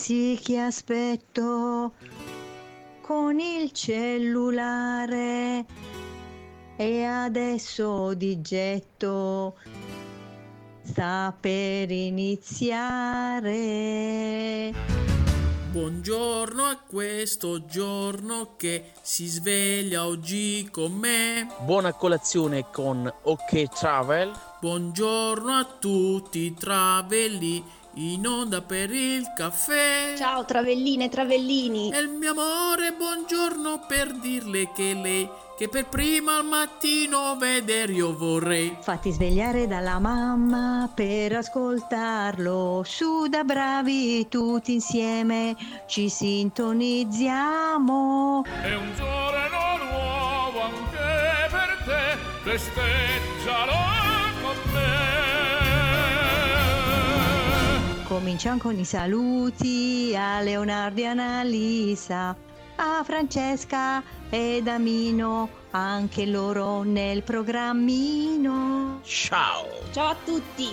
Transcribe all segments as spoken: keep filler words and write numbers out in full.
sì che aspetto con il cellulare e adesso di getto sta per iniziare. Buongiorno a questo giorno che si sveglia oggi con me. Buona colazione con OK Travel. Buongiorno a tutti travelli in onda per il caffè. Ciao travelline e travellini. E il mio amore, buongiorno per dirle che lei che per prima al mattino vedere io vorrei. Fatti svegliare dalla mamma per ascoltarlo, su da bravi tutti insieme ci sintonizziamo. È un giorno nuovo anche per te, festeggialo con me. Cominciamo con i saluti a Leonardo e Annalisa, a Francesca ed Amino, anche loro nel programmino. Ciao! Ciao a tutti!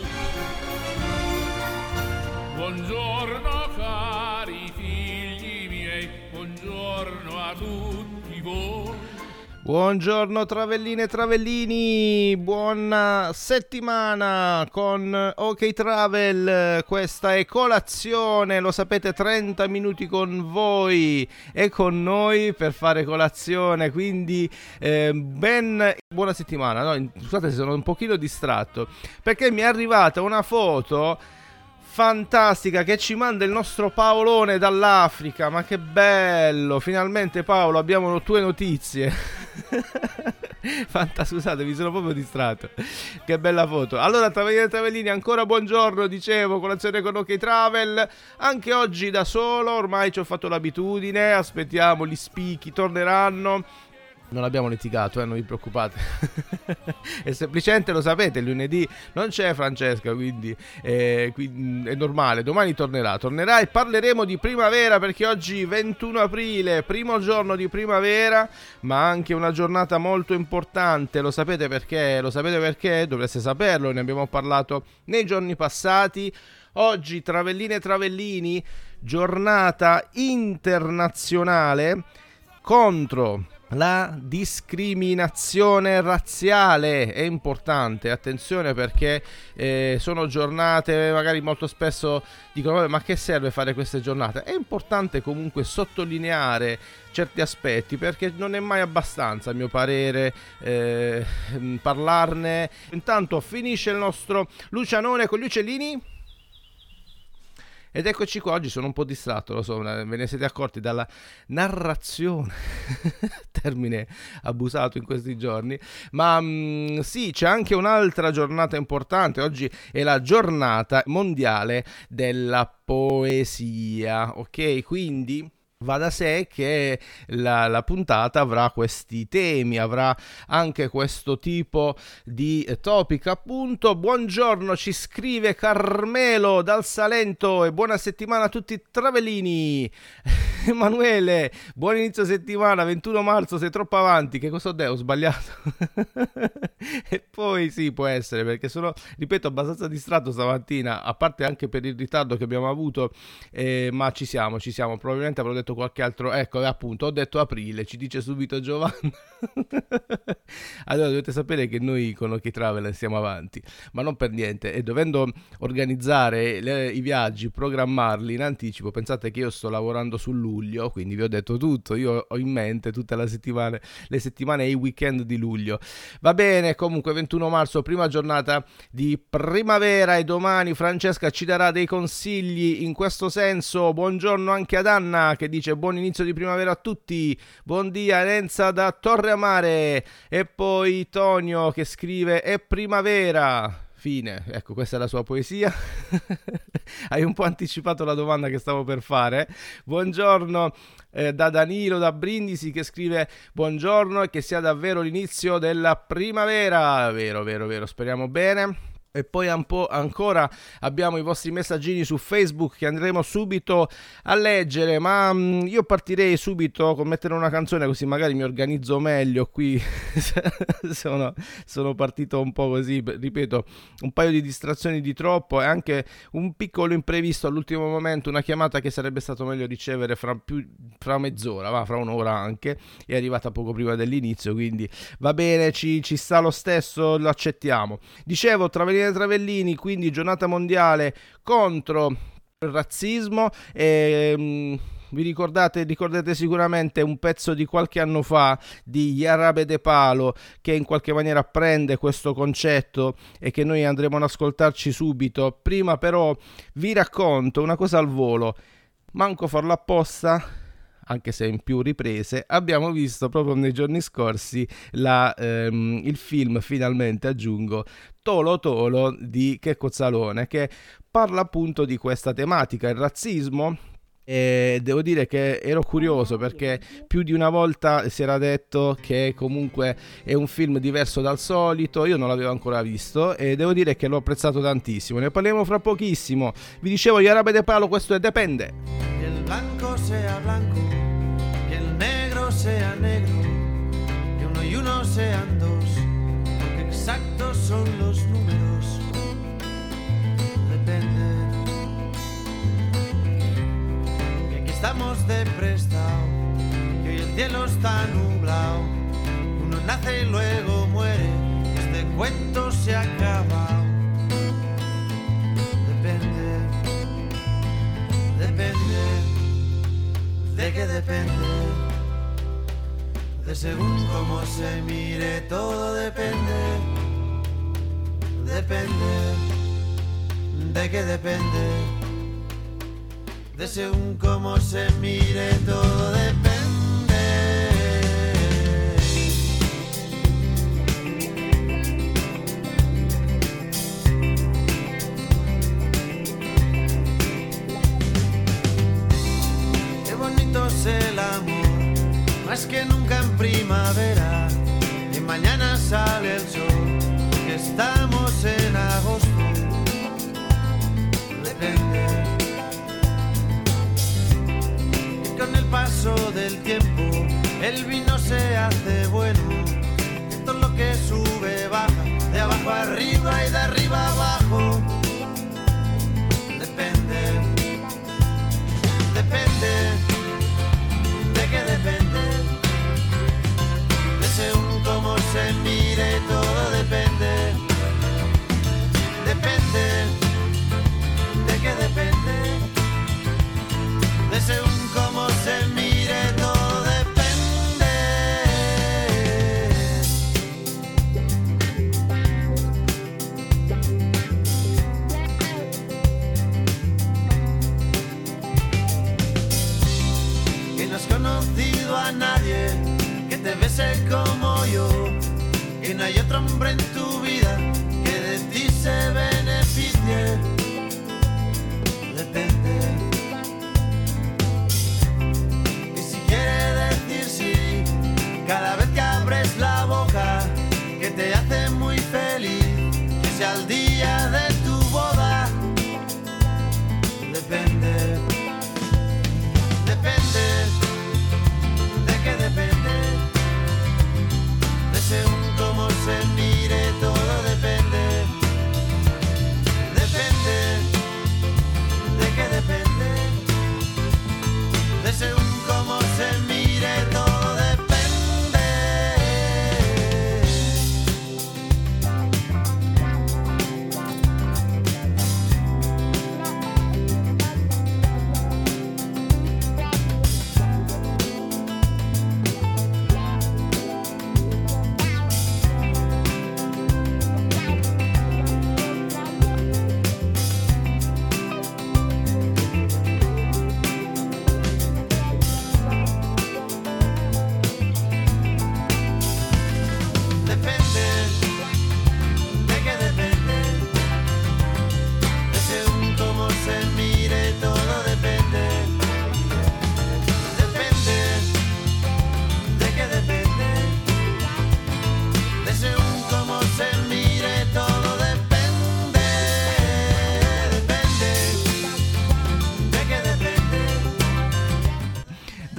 Buongiorno cari figli miei, buongiorno a tutti voi. Buongiorno travelline e travellini, buona settimana con OK Travel, questa è colazione, lo sapete, trenta minuti con voi e con noi per fare colazione, quindi eh, ben buona settimana, no? Scusate se sono un pochino distratto, perché mi è arrivata una foto fantastica che ci manda il nostro Paolone dall'Africa, ma che bello, finalmente Paolo abbiamo tue notizie. Fanta, scusate, mi sono proprio distratto. Che bella foto. Allora, Travellini e Travellini, ancora buongiorno, dicevo, colazione con OK Travel. Anche oggi da solo, ormai ci ho fatto l'abitudine. Aspettiamo, gli spicchi torneranno. Non abbiamo litigato, eh, non vi preoccupate. È semplicemente, lo sapete, il lunedì non c'è Francesca, quindi è, quindi è normale. Domani tornerà, tornerà e parleremo di primavera, perché oggi ventuno aprile, primo giorno di primavera, ma anche una giornata molto importante. Lo sapete perché? Lo sapete perché? Dovreste saperlo, ne abbiamo parlato nei giorni passati. Oggi, Travelline e Travellini, giornata internazionale contro la discriminazione razziale. È importante, attenzione, perché eh, sono giornate, magari molto spesso dicono vabbè, ma che serve fare queste giornate? È importante comunque sottolineare certi aspetti, perché non è mai abbastanza, a mio parere, eh, parlarne. Intanto finisce il nostro Lucianone con gli uccellini. Ed eccoci qua, oggi sono un po' distratto, lo so, ve ne siete accorti dalla narrazione, termine abusato in questi giorni, ma mh, sì, c'è anche un'altra giornata importante, oggi è la giornata mondiale della poesia, ok? Quindi va da sé che la, la puntata avrà questi temi, avrà anche questo tipo di topic, appunto. Buongiorno, ci scrive Carmelo dal Salento, e buona settimana a tutti i travellini. Emanuele, buon inizio settimana, ventuno marzo, sei troppo avanti. Che cosa ho detto? Ho sbagliato. E poi sì, può essere, perché sono, ripeto, abbastanza distratto stamattina, a parte anche per il ritardo che abbiamo avuto, eh, ma ci siamo, ci siamo, probabilmente avrò detto qualche altro, ecco, appunto, ho detto aprile, ci dice subito Giovanna. Allora dovete sapere che noi con OK Travel stiamo avanti, ma non per niente, e dovendo organizzare le, i viaggi, programmarli in anticipo, pensate che io sto lavorando su luglio, quindi vi ho detto tutto, io ho in mente tutte le settimane, le settimane e i weekend di luglio. Va bene, comunque ventuno marzo, prima giornata di primavera, e domani Francesca ci darà dei consigli in questo senso. Buongiorno anche ad Anna che dice buon inizio di primavera a tutti, buon dia Renza da Torreamare, e poi Tonio che scrive è primavera. Fine, ecco, questa è la sua poesia. Hai un po' anticipato la domanda che stavo per fare. Buongiorno eh, da Danilo da Brindisi che scrive buongiorno e che sia davvero l'inizio della primavera. Vero, vero, vero, speriamo bene. E poi un po' ancora abbiamo i vostri messaggini su Facebook che andremo subito a leggere, ma mh, io partirei subito con mettere una canzone, così magari mi organizzo meglio. Qui sono, sono partito un po' così, ripeto, un paio di distrazioni di troppo e anche un piccolo imprevisto all'ultimo momento, una chiamata che sarebbe stato meglio ricevere fra, più, fra mezz'ora, va, fra un'ora anche, è arrivata poco prima dell'inizio, quindi va bene, ci, ci sta lo stesso, lo accettiamo. Dicevo, Travellini Travellini, quindi giornata mondiale contro il razzismo. E, mh, vi ricordate, ricordate sicuramente un pezzo di qualche anno fa di Jarabe de Palo che in qualche maniera prende questo concetto e che noi andremo ad ascoltarci subito. Prima però vi racconto una cosa al volo, manco farlo apposta, anche se in più riprese. Abbiamo visto proprio nei giorni scorsi la, ehm, il film, finalmente aggiungo, Tolo Tolo di Checco Zalone, che parla appunto di questa tematica, il razzismo. E devo dire che ero curioso perché più di una volta si era detto che comunque è un film diverso dal solito, io non l'avevo ancora visto e devo dire che l'ho apprezzato tantissimo. Ne parliamo fra pochissimo. Vi dicevo, Jarabe de Palo, questo è Depende. Que el blanco sea blanco, que el negro sea negro, que uno y uno sean dos, porque exactos son los números. Depende. Que aquí estamos de prestado, que hoy el cielo está nublado, uno nace y luego muere, este cuento se acaba. Depende. Depende, de qué depende, de según cómo se mire, todo depende, depende, de qué depende, de según cómo se mire, todo depende. El amor, más que nunca en primavera, y mañana sale el sol, que estamos en agosto. Depende. Y con el paso del tiempo, el vino se hace bueno, que todo lo que sube baja, de abajo arriba y de arriba abajo. Depende. Depende. Que depende, de según cómo se mire, todo depende, depende, de qué depende, de según cómo se mire, todo depende. Que no has conocido a nadie que te bese como yo, que no hay otro hombre en tu vida que de ti se beneficie. Depende. Y si quiere decir sí, cada vez que abres la boca, que te hace muy feliz, que sea el día de tu boda. Depende. Depende, de qué depende, de según cómo se mire, todo depende, depende,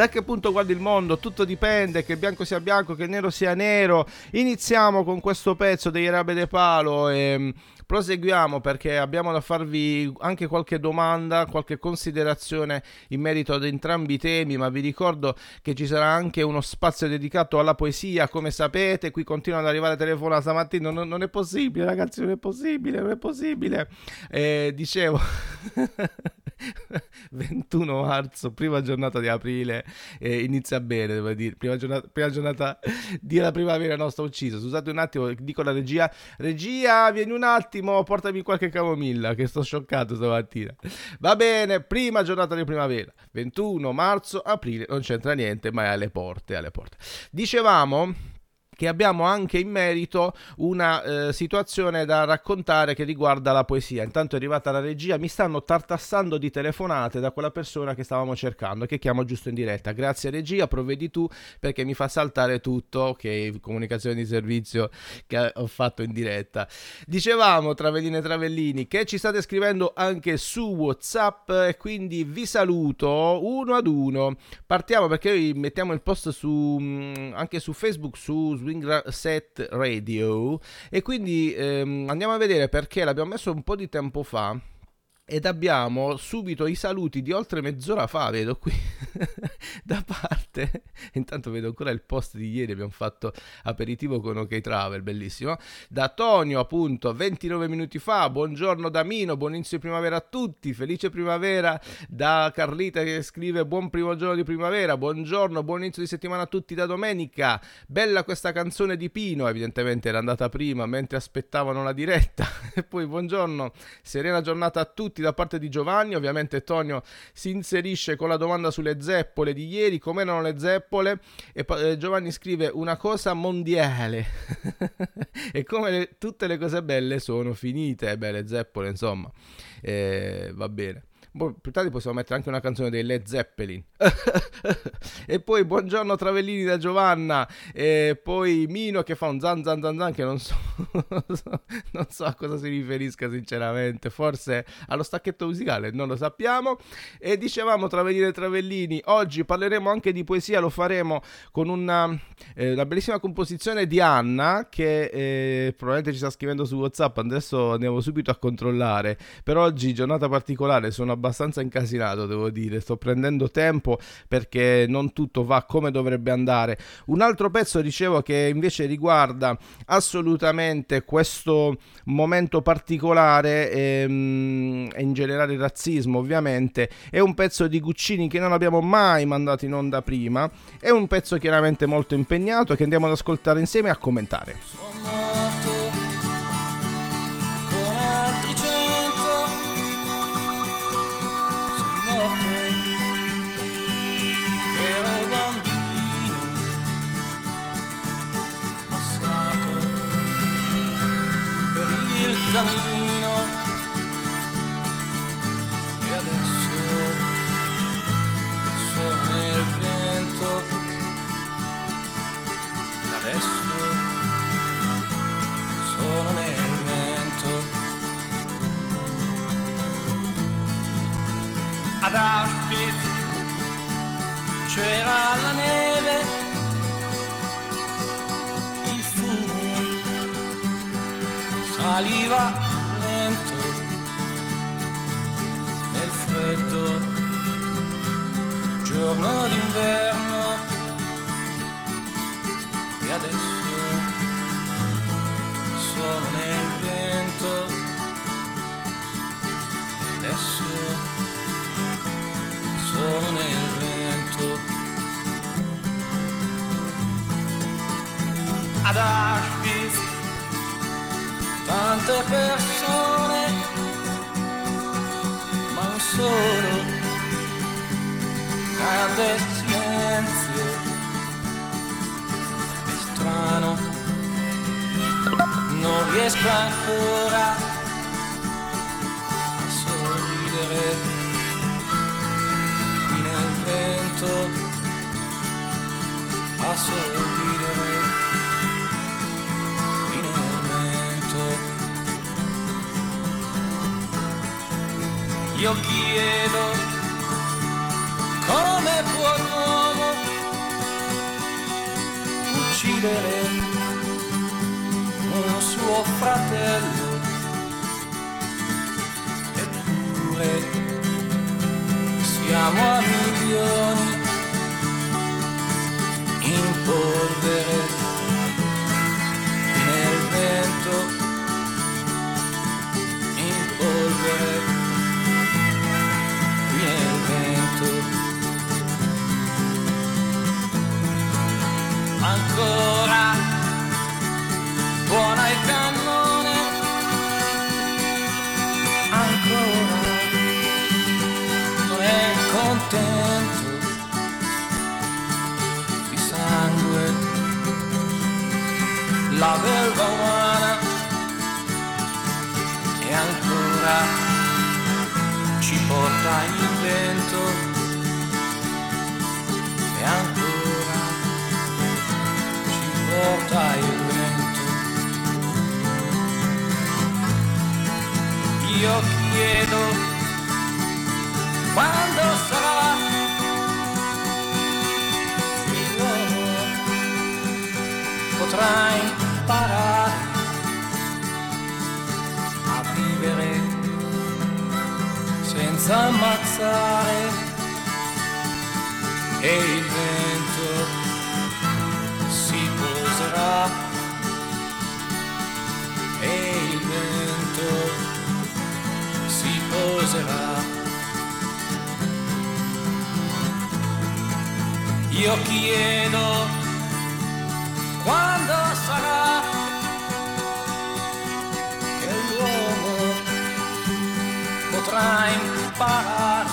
da che punto guardi il mondo, tutto dipende, che il bianco sia bianco, che il nero sia nero. Iniziamo con questo pezzo dei Rabe de Palo e proseguiamo perché abbiamo da farvi anche qualche domanda, qualche considerazione in merito ad entrambi i temi, ma vi ricordo che ci sarà anche uno spazio dedicato alla poesia, come sapete. Qui continuano ad arrivare telefonate stamattina, non, non è possibile ragazzi, non è possibile, non è possibile. Eh, dicevo ventuno marzo, prima giornata di aprile, eh, inizia bene, devo dire, prima giornata, prima giornata di la primavera. No, sto ucciso, scusate un attimo, dico la regia, regia vieni un attimo, portami qualche camomilla che sto scioccato stamattina. Va bene, prima giornata di primavera, ventuno marzo, aprile, non c'entra niente, ma è alle porte, alle porte. Dicevamo che abbiamo anche in merito una eh, situazione da raccontare che riguarda la poesia. Intanto è arrivata la regia, mi stanno tartassando di telefonate da quella persona che stavamo cercando, che chiamo giusto in diretta. Grazie regia, provvedi tu perché mi fa saltare tutto, ok, comunicazione di servizio che ho fatto in diretta. Dicevamo, Travelline e Travellini, che ci state scrivendo anche su WhatsApp e quindi vi saluto uno ad uno. Partiamo perché mettiamo il post su anche su Facebook, su Swing Set Radio, e quindi ehm, andiamo a vedere perché l'abbiamo messo un po' di tempo fa ed abbiamo subito i saluti di oltre mezz'ora fa, vedo qui da parte, intanto vedo ancora il post di ieri, abbiamo fatto aperitivo con OK Travel, bellissimo, da Tonio appunto ventinove minuti fa, buongiorno da Mino, buon inizio di primavera a tutti, felice primavera, da Carlita che scrive buon primo giorno di primavera, buongiorno, buon inizio di settimana a tutti da domenica, bella questa canzone di Pino, evidentemente era andata prima mentre aspettavano la diretta, e poi buongiorno, serena giornata a tutti da parte di Giovanni. Ovviamente Tonio si inserisce con la domanda sulle zeppole di ieri, come erano le zeppole, e eh, Giovanni scrive una cosa mondiale e come le, tutte le cose belle sono finite. Beh, le zeppole insomma, eh, va bene. Più tardi possiamo mettere anche una canzone dei Led Zeppelin. E poi buongiorno Travellini da Giovanna, e poi Mino che fa un zan zan zan zan che non so non so a cosa si riferisca sinceramente, forse allo stacchetto musicale, non lo sappiamo. E dicevamo Travellini e Travellini, oggi parleremo anche di poesia, lo faremo con una, eh, una bellissima composizione di Anna che eh, probabilmente ci sta scrivendo su WhatsApp, adesso andiamo subito a controllare. Per oggi giornata particolare, sono abbastanza incasinato, devo dire, sto prendendo tempo perché non tutto va come dovrebbe andare. Un altro pezzo, dicevo, che invece riguarda assolutamente questo momento particolare e, e in generale il razzismo, ovviamente, è un pezzo di Guccini che non abbiamo mai mandato in onda prima, è un pezzo chiaramente molto impegnato che andiamo ad ascoltare insieme e a commentare. Cammino e adesso sono nel vento, adesso sono nel vento. Ad Auschwitz c'era la neve, il fumo saliva lento nel freddo giorno d'inverno, e adesso sono nel vento, adesso sono nel vento. Ad Auschwitz tante persone, ma un solo grande silenzio. È strano, non riesco ancora a sorridere qui nel vento, a sorridere. Io chiedo come può l'uomo uccidere un suo fratello, eppure siamo a milioni in polvere, nel vento, in polvere, qui nel vento. Ancora buona il cannone, ancora non è contento di sangue la belva umana, e ancora ci porta il vento, e ancora porta il vento. Io chiedo quando sarà che l'uomo potrà imparare a vivere senza ammazzare, e il vento e il vento si poserà. Io chiedo quando sarà che l'uomo potrà imparare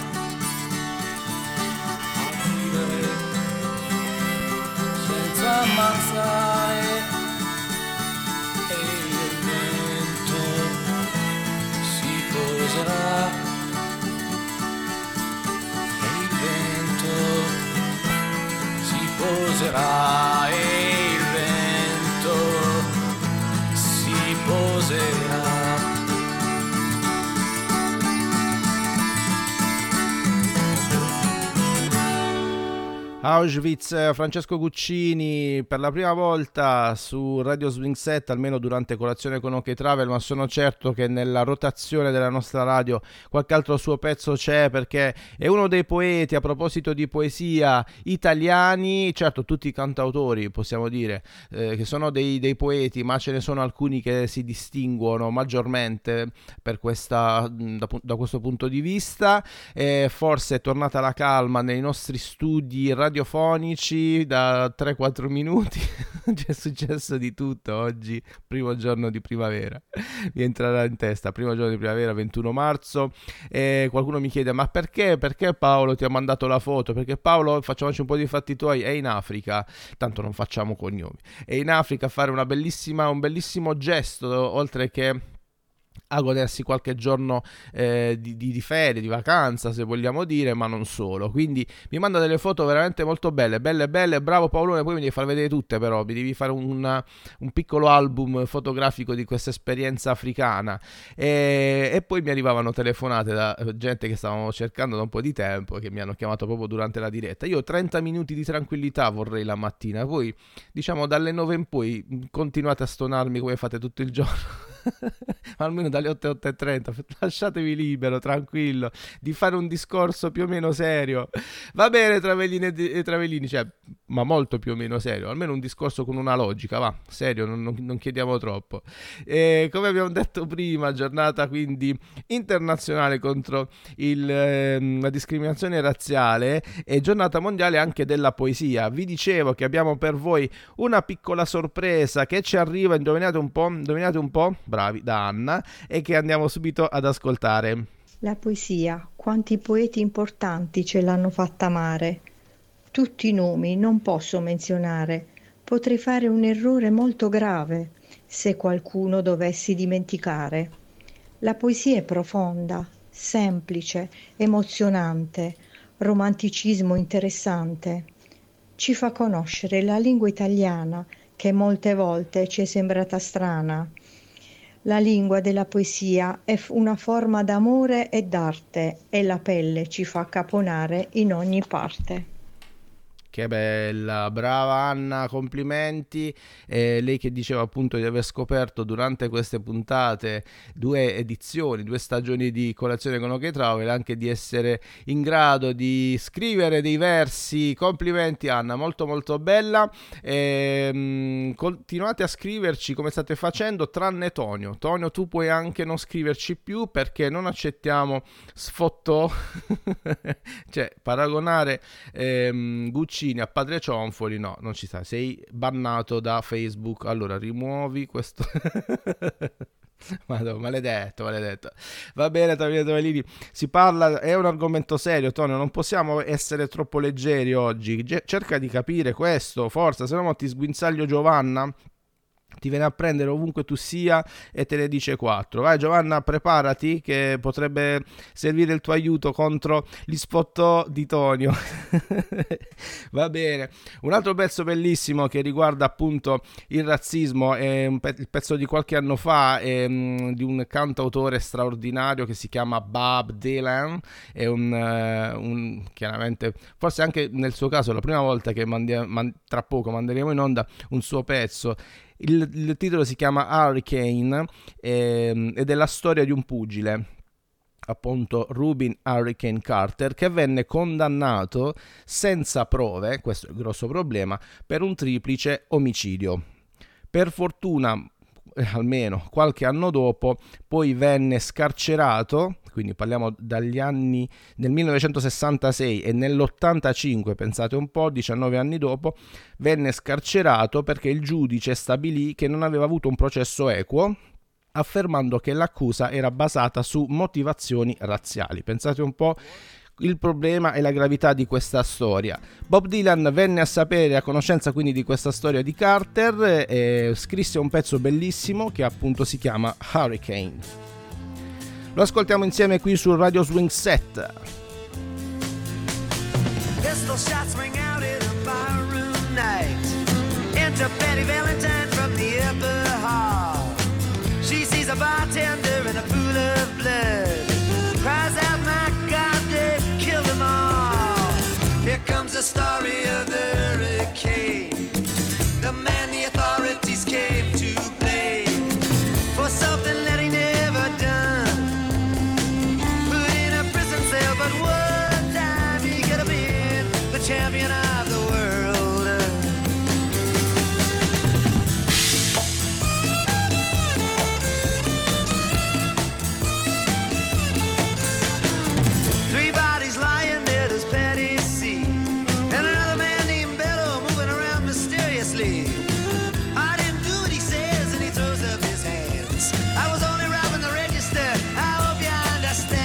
a vivere senza ammazzare, e il vento si poserà, e il vento si poserà, e il vento si poserà. Auschwitz, Francesco Guccini per la prima volta su Radio Swing Set, almeno durante Colazione con OK Travel, ma sono certo che nella rotazione della nostra radio qualche altro suo pezzo c'è, perché è uno dei poeti, a proposito di poesia, italiani, certo tutti i cantautori possiamo dire eh, che sono dei, dei poeti, ma ce ne sono alcuni che si distinguono maggiormente per questa, da, da questo punto di vista. E forse è tornata la calma nei nostri studi radio radiofonici da tre quattro minuti. C'è successo di tutto oggi, primo giorno di primavera, mi entrerà in testa, primo giorno di primavera, ventuno marzo, e qualcuno mi chiede ma perché, perché Paolo ti ha mandato la foto? Perché Paolo, facciamoci un po' di fatti tuoi, è in Africa, tanto non facciamo cognomi, è in Africa a fare una bellissima, un bellissimo gesto, oltre che a godersi qualche giorno eh, di, di, di ferie, di vacanza se vogliamo dire, ma non solo. Quindi mi manda delle foto veramente molto belle, belle belle, bravo Paolone, poi mi devi far vedere tutte, però mi devi fare una, un piccolo album fotografico di questa esperienza africana. E, e poi mi arrivavano telefonate da gente che stavamo cercando da un po' di tempo, che mi hanno chiamato proprio durante la diretta. Io trenta minuti di tranquillità vorrei la mattina, voi diciamo dalle nove in poi continuate a stonarmi come fate tutto il giorno. Almeno dalle otto, otto e trenta lasciatevi libero, tranquillo, di fare un discorso più o meno serio. Va bene, Travellini e Travellini, cioè, ma molto più o meno serio, almeno un discorso con una logica, va, serio, non, non, non chiediamo troppo. E come abbiamo detto prima, giornata quindi internazionale contro il, eh, la discriminazione razziale e giornata mondiale anche della poesia. Vi dicevo che abbiamo per voi una piccola sorpresa che ci arriva, indovinate un po', indovinate un po', bravi, da Anna, e che andiamo subito ad ascoltare. La poesia, quanti poeti importanti ce l'hanno fatta amare. Tutti i nomi non posso menzionare, potrei fare un errore molto grave se qualcuno dovessi dimenticare. La poesia è profonda, semplice, emozionante, romanticismo interessante. Ci fa conoscere la lingua italiana che molte volte ci è sembrata strana. La lingua della poesia è una forma d'amore e d'arte e la pelle ci fa caponare in ogni parte. Che bella, brava Anna, complimenti. Eh, lei che diceva appunto di aver scoperto durante queste puntate due edizioni, due stagioni di Colazione con OK Travel, anche di essere in grado di scrivere dei versi. Complimenti Anna, molto molto bella. Eh, continuate a scriverci come state facendo, tranne Tonio. Tonio, tu puoi anche non scriverci più perché non accettiamo sfottò, cioè paragonare ehm, Gucci a Padre Cionfoli, no, non ci sta, sei bannato da Facebook. Allora rimuovi questo Madonna, maledetto, maledetto. Va bene, Tavini Tavellini, si parla, è un argomento serio, Tonio, non possiamo essere troppo leggeri oggi. Cerca di capire questo, forza, se no ti sguinzaglio Giovanna, ti viene a prendere ovunque tu sia e te ne dice quattro. Vai Giovanna, preparati che potrebbe servire il tuo aiuto contro gli sfottò di Tonio. Va bene, un altro pezzo bellissimo che riguarda appunto il razzismo è un pe- il pezzo di qualche anno fa, è, um, di un cantautore straordinario che si chiama Bob Dylan. È un, uh, un chiaramente, forse anche nel suo caso la prima volta che mandi- man- tra poco manderemo in onda un suo pezzo. Il, il titolo si chiama Hurricane ehm, ed è la storia di un pugile, appunto Rubin Hurricane Carter, che venne condannato senza prove, questo è il grosso problema, per un triplice omicidio. Per fortuna, eh, almeno qualche anno dopo, poi venne scarcerato, quindi parliamo dagli anni del millenovecentosessantasei, e nell'ottantacinque, pensate un po', diciannove anni dopo, venne scarcerato perché il giudice stabilì che non aveva avuto un processo equo, affermando che l'accusa era basata su motivazioni razziali. Pensate un po' il problema e la gravità di questa storia. Bob Dylan venne a sapere, a conoscenza quindi di questa storia di Carter, e scrisse un pezzo bellissimo che appunto si chiama Hurricane. Lo ascoltiamo insieme qui su Radio Swing Set. Pistol shots ring out in a barroom night. Enter Betty Valentine from the upper hall. She sees a bartender in a pool of blood. Cries out, my God, they've killed them all. Here comes the story of the hurricane. The man the authorities came to blame for something that he never done. But one time he could have been the champion of the world. Three bodies lying dead as Patty C, and another man named Bello moving around mysteriously. I didn't do what he says, and he throws up his hands. I was only robbing the register, I hope you understand.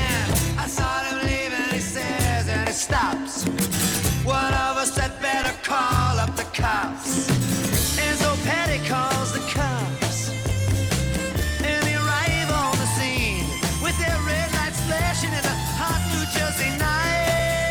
Stops. One of us had better call up the cops. And so Patty calls the cops, and they arrive on the scene with their red lights flashing in a hot New Jersey night.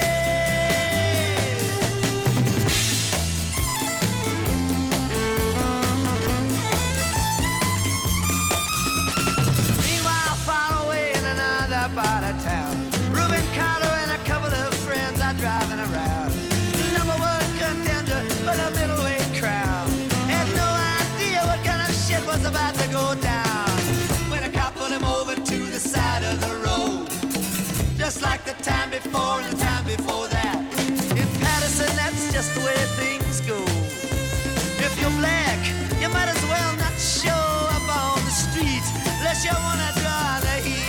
Meanwhile, far away in another part of town, Reuben Carter driving around, number one contender for the middleweight crown. Had no idea what kind of shit was about to go down when a cop pulled him over to the side of the road, just like the time before and the time before that. In Patterson, that's just the way things go. If you're black, you might as well not show up on the street unless you wanna draw the heat.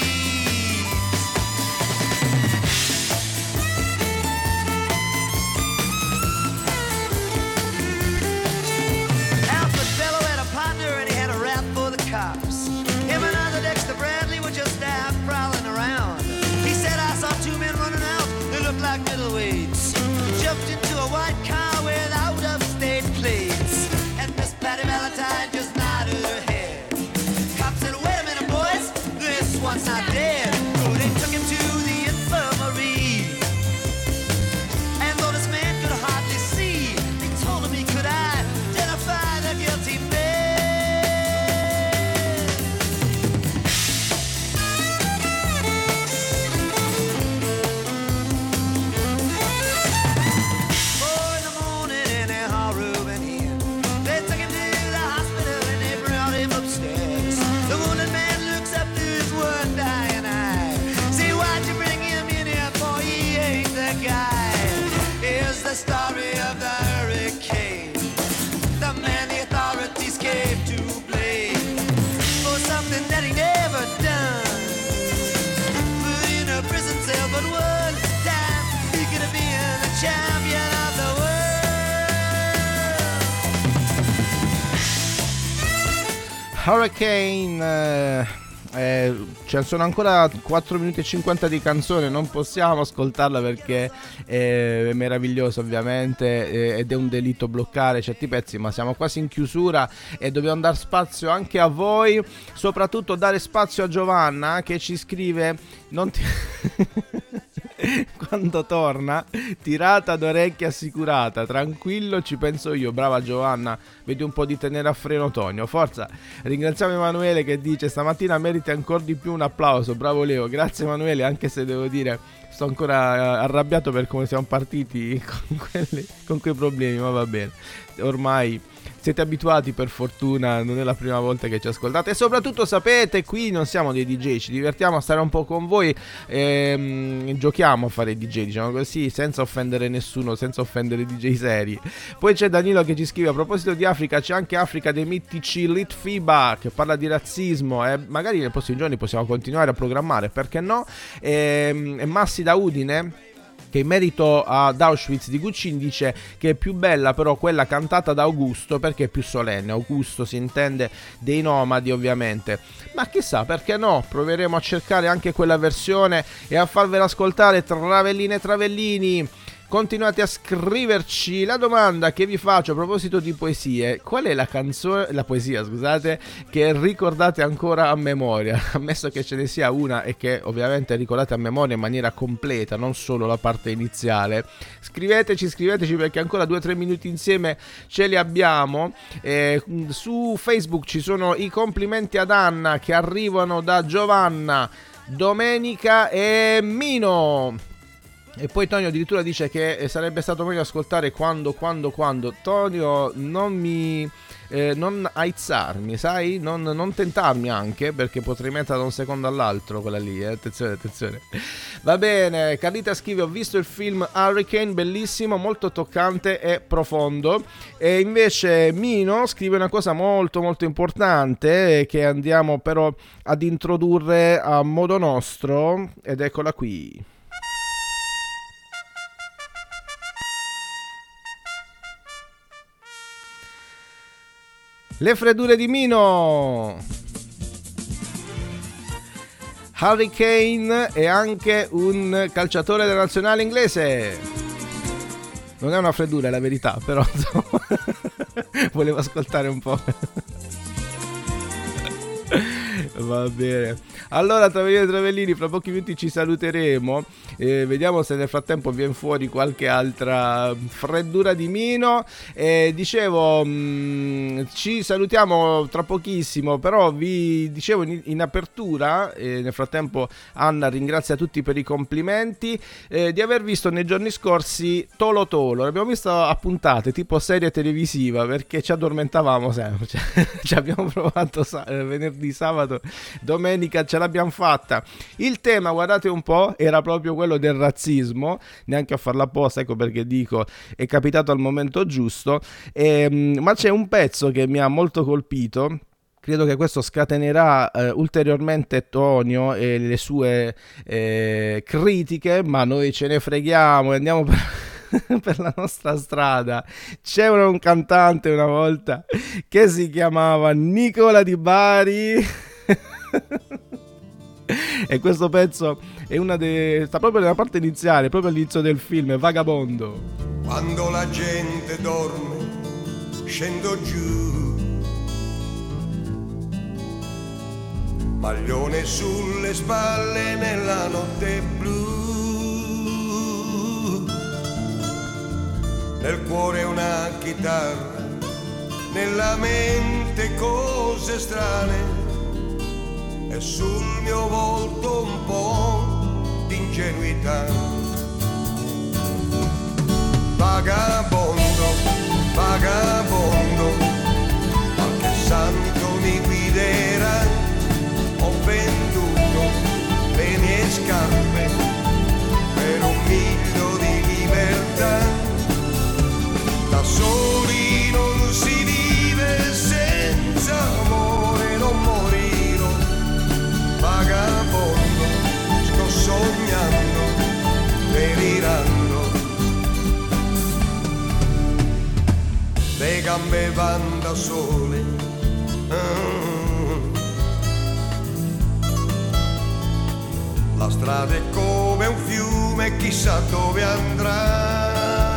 Cops. Him and other Dexter Bradley were just out prowling around. He said, I saw two men running out, they looked like middleweights. Jumped into a white car with out-of-state plates, and Miss Patty Valentine just nodded her head. Cops said, wait a minute, boys, story of the hurricane, the man the authorities gave to blame for something that he never done. Put in a prison cell but one time he could have been the champion of the world. Hurricane, eh, eh, cioè sono ancora quattro minuti e cinquanta di canzone, non possiamo ascoltarla perché è meravigliosa ovviamente, eh, ed è un delitto bloccare certi pezzi, ma siamo quasi in chiusura e dobbiamo dar spazio anche a voi, soprattutto dare spazio a Giovanna che ci scrive non ti... quando torna tirata d'orecchie assicurata, tranquillo ci penso io. Brava Giovanna, vedi un po' di tenere a freno Tonio, forza. Ringraziamo Emanuele che dice stamattina meriti ancora di più un applauso, bravo Leo. Grazie Emanuele, anche se devo dire sto ancora arrabbiato per come siamo partiti con, quelli, con quei problemi, ma va bene, ormai siete abituati, per fortuna non è la prima volta che ci ascoltate e soprattutto sapete, qui non siamo dei D J, ci divertiamo a stare un po' con voi, ehm, giochiamo a fare D J, diciamo così, senza offendere nessuno, senza offendere D J seri. Poi c'è Danilo che ci scrive: a proposito di Africa, c'è anche Africa dei mitici Litfiba che parla di razzismo e magari nei prossimi giorni possiamo continuare a programmare, perché no? E, e Massi da Udine, che in merito ad Auschwitz di Guccini dice che è più bella però quella cantata da Augusto perché è più solenne. Augusto si intende dei nomadi ovviamente, ma chissà, perché no, proveremo a cercare anche quella versione e a farvela ascoltare. Travelline e travellini, continuate a scriverci. La domanda che vi faccio a proposito di poesie: qual è la canzone, la poesia scusate, che ricordate ancora a memoria? Ammesso che ce ne sia una e che ovviamente ricordate a memoria in maniera completa, non solo la parte iniziale. Scriveteci, scriveteci perché ancora due o tre minuti insieme ce li abbiamo. Eh, su Facebook ci sono i complimenti ad Anna che arrivano da Giovanna, Domenica e Mino. E poi Tonio addirittura dice che sarebbe stato meglio ascoltare quando, quando, quando. Tonio, non mi... Eh, non aizzarmi, sai? Non, non tentarmi anche, perché potrei mettere da un secondo all'altro quella lì, eh? Attenzione, attenzione. Va bene, Carlita scrive: ho visto il film Hurricane, bellissimo, molto toccante e profondo. E invece Mino scrive una cosa molto molto importante che andiamo però ad introdurre a modo nostro, ed eccola qui. Le freddure di Mino. Hurricane è anche un calciatore della nazionale inglese. Non è una freddura, è la verità, però insomma, volevo ascoltare un po'. Va bene. Allora, Travellini e Travellini, fra pochi minuti ci saluteremo. Eh, vediamo se nel frattempo viene fuori qualche altra freddura di Mino. Eh, dicevo, mh, ci salutiamo tra pochissimo, però vi dicevo in, in apertura, eh, nel frattempo Anna ringrazia tutti per i complimenti, eh, di aver visto nei giorni scorsi Tolo Tolo. L'abbiamo visto a puntate, tipo serie televisiva, perché ci addormentavamo sempre. Cioè, ci abbiamo provato sa- venerdì, sabato, domenica ce l'abbiamo fatta. Il tema, guardate un po', era proprio quello del razzismo, neanche a farla apposta, ecco perché dico è capitato al momento giusto. E, ma c'è un pezzo che mi ha molto colpito. Credo che questo scatenerà eh, ulteriormente Tonio e le sue eh, critiche, ma noi ce ne freghiamo e andiamo per, per la nostra strada. C'era un cantante una volta che si chiamava Nicola Di Bari e questo pezzo è una de... sta proprio nella parte iniziale, proprio all'inizio del film, è Vagabondo. Quando la gente dorme scendo giù, maglione sulle spalle nella notte blu, nel cuore una chitarra, nella mente cose strane e sul mio volto un po' di ingenuità. Vagabondo, vagabondo, qualche santo mi guiderà. Ho venduto le mie scarpe per un miglio di libertà. le gambe van da sole. Mm. La strada è come un fiume, chissà dove andrà.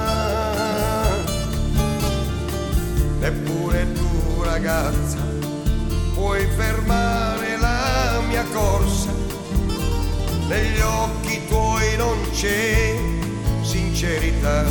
Eppure tu, ragazza, puoi fermare la mia corsa. Negli occhi tuoi non c'è sincerità.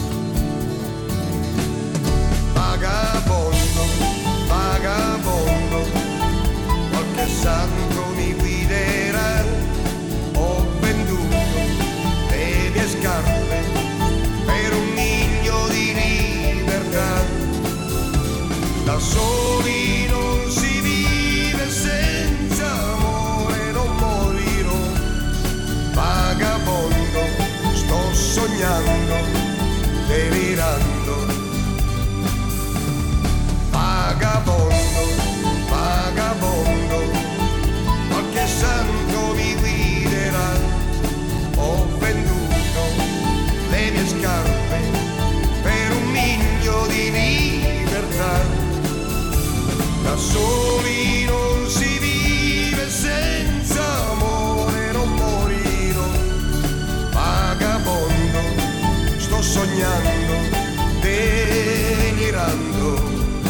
Vagabondo, vagabondo, qualche santo mi guiderà. Ho venduto le mie scarpe per un miglio di libertà. Da soli non si vive, senza amore non morirò. Vagabondo, sto sognando, delirando. Vagabondo, vagabondo, qualche santo mi guiderà. Ho venduto le mie scarpe per un miglio di libertà. Da soli non si vive, senza amore non morirò. Vagabondo, sto sognando, delirando.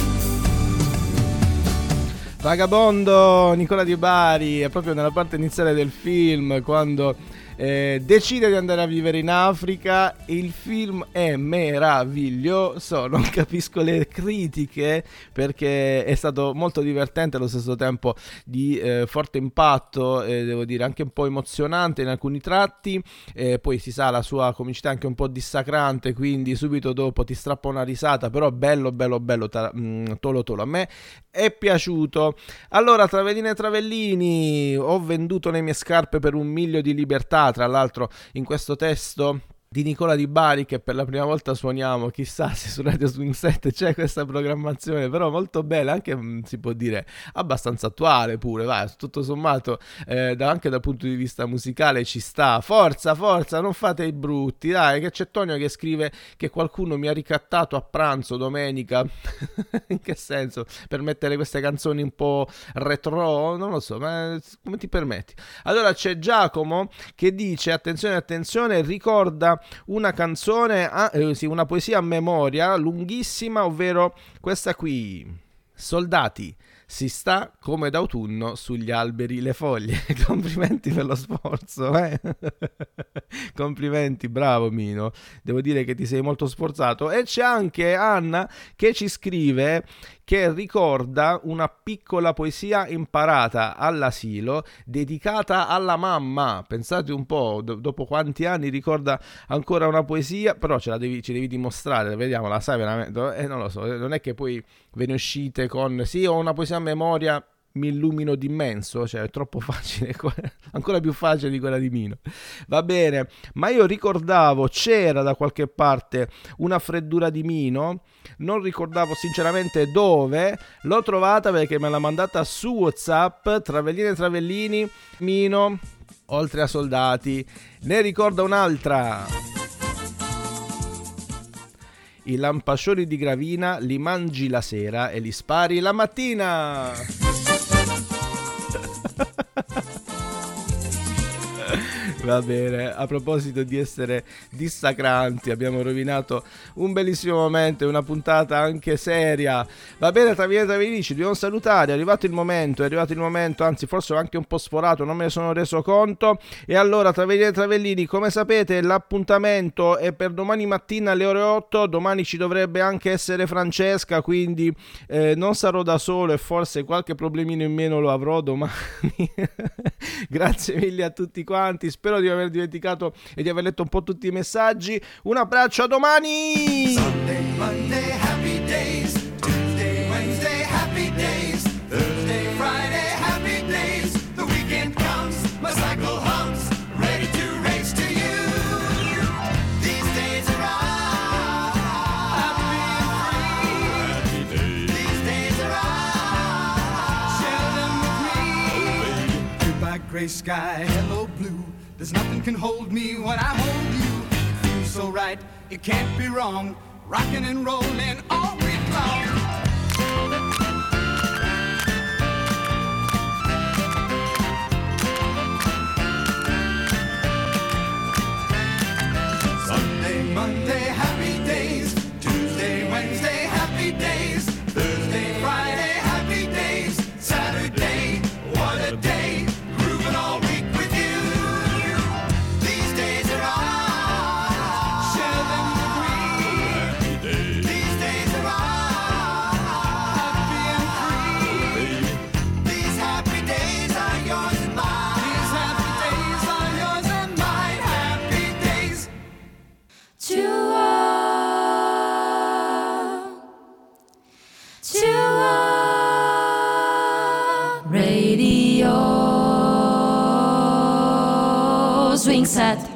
Vagabondo, Nicola Di Bari, è proprio nella parte iniziale del film, quando eh, decide di andare a vivere in Africa. Il film è meraviglioso, non capisco le critiche, perché è stato molto divertente, allo stesso tempo di eh, forte impatto, eh, devo dire anche un po' emozionante in alcuni tratti, eh, poi si sa la sua comicità anche un po' dissacrante, quindi subito dopo ti strappa una risata, però bello bello bello ta- mh, tolo tolo, a me è piaciuto. Allora, Travellini e Travellini, ho venduto le mie scarpe per un miglio di libertà. Tra l'altro in questo testo di Nicola Di Bari, che per la prima volta suoniamo, chissà se su Radio Swing Set c'è questa programmazione, però molto bella, anche si può dire abbastanza attuale pure, vai, tutto sommato eh, da, anche dal punto di vista musicale ci sta. Forza, forza, non fate i brutti, dai, che c'è Tonio che scrive che qualcuno mi ha ricattato a pranzo domenica. In che senso? Per mettere queste canzoni un po' retro? Non lo so, ma come ti permetti? Allora c'è Giacomo che dice, attenzione, attenzione, ricorda una canzone, a, eh, sì, una poesia a memoria lunghissima, ovvero questa qui: soldati, si sta come d'autunno sugli alberi le foglie. Complimenti per lo sforzo, eh? Complimenti, bravo Mino, devo dire che ti sei molto sforzato. E c'è anche Anna che ci scrive che ricorda una piccola poesia imparata all'asilo dedicata alla mamma. Pensate un po', do- dopo quanti anni ricorda ancora una poesia, però ce la devi, ci devi dimostrare, vediamo, la sai veramente? Eh, non lo so, non è che poi ve ne uscite con sì, ho una poesia a memoria, mi illumino d'immenso, cioè è troppo facile, ancora più facile di quella di Mino. Va bene, ma io ricordavo, c'era da qualche parte una freddura di Mino, non ricordavo sinceramente dove, l'ho trovata perché me l'ha mandata su WhatsApp. Travellini e Travellini, Mino, oltre a soldati, ne ricorda un'altra: i lampascioni di Gravina li mangi la sera e li spari la mattina. Va bene, a proposito di essere dissacranti, abbiamo rovinato un bellissimo momento e una puntata anche seria. Va bene, Travellini e Travellini, ci dobbiamo salutare, è arrivato il momento, è arrivato il momento, anzi forse ho anche un po' sforato, non me ne sono reso conto. E allora, Travellini e Travellini, come sapete l'appuntamento è per domani mattina alle ore otto, domani ci dovrebbe anche essere Francesca, quindi eh, non sarò da solo e forse qualche problemino in meno lo avrò domani. Grazie mille a tutti quanti, spero di aver dimenticato e di aver letto un po' tutti i messaggi. Un abbraccio, a domani. Sunday, Monday, happy days. Tuesday, Wednesday, happy days. Thursday, Friday, happy days. The weekend comes, my cycle hums, ready to race to you. These days are all happy and free. These days are all, share them with me. Goodbye gray sky, hello blue. There's nothing can hold me when I hold you. It feels so right, it can't be wrong. rocking and rolling all week long. Sunday, Monday, happy days. Tuesday, Wednesday, happy days. Thursday, Friday, happy days. Saturday, what a day. Grooving all week with you. These days are all. Share them with me. These days are all. Happy and free. These happy days are yours and mine. These happy days are yours and mine. Happy days. To all. To all. Radio Swing Set.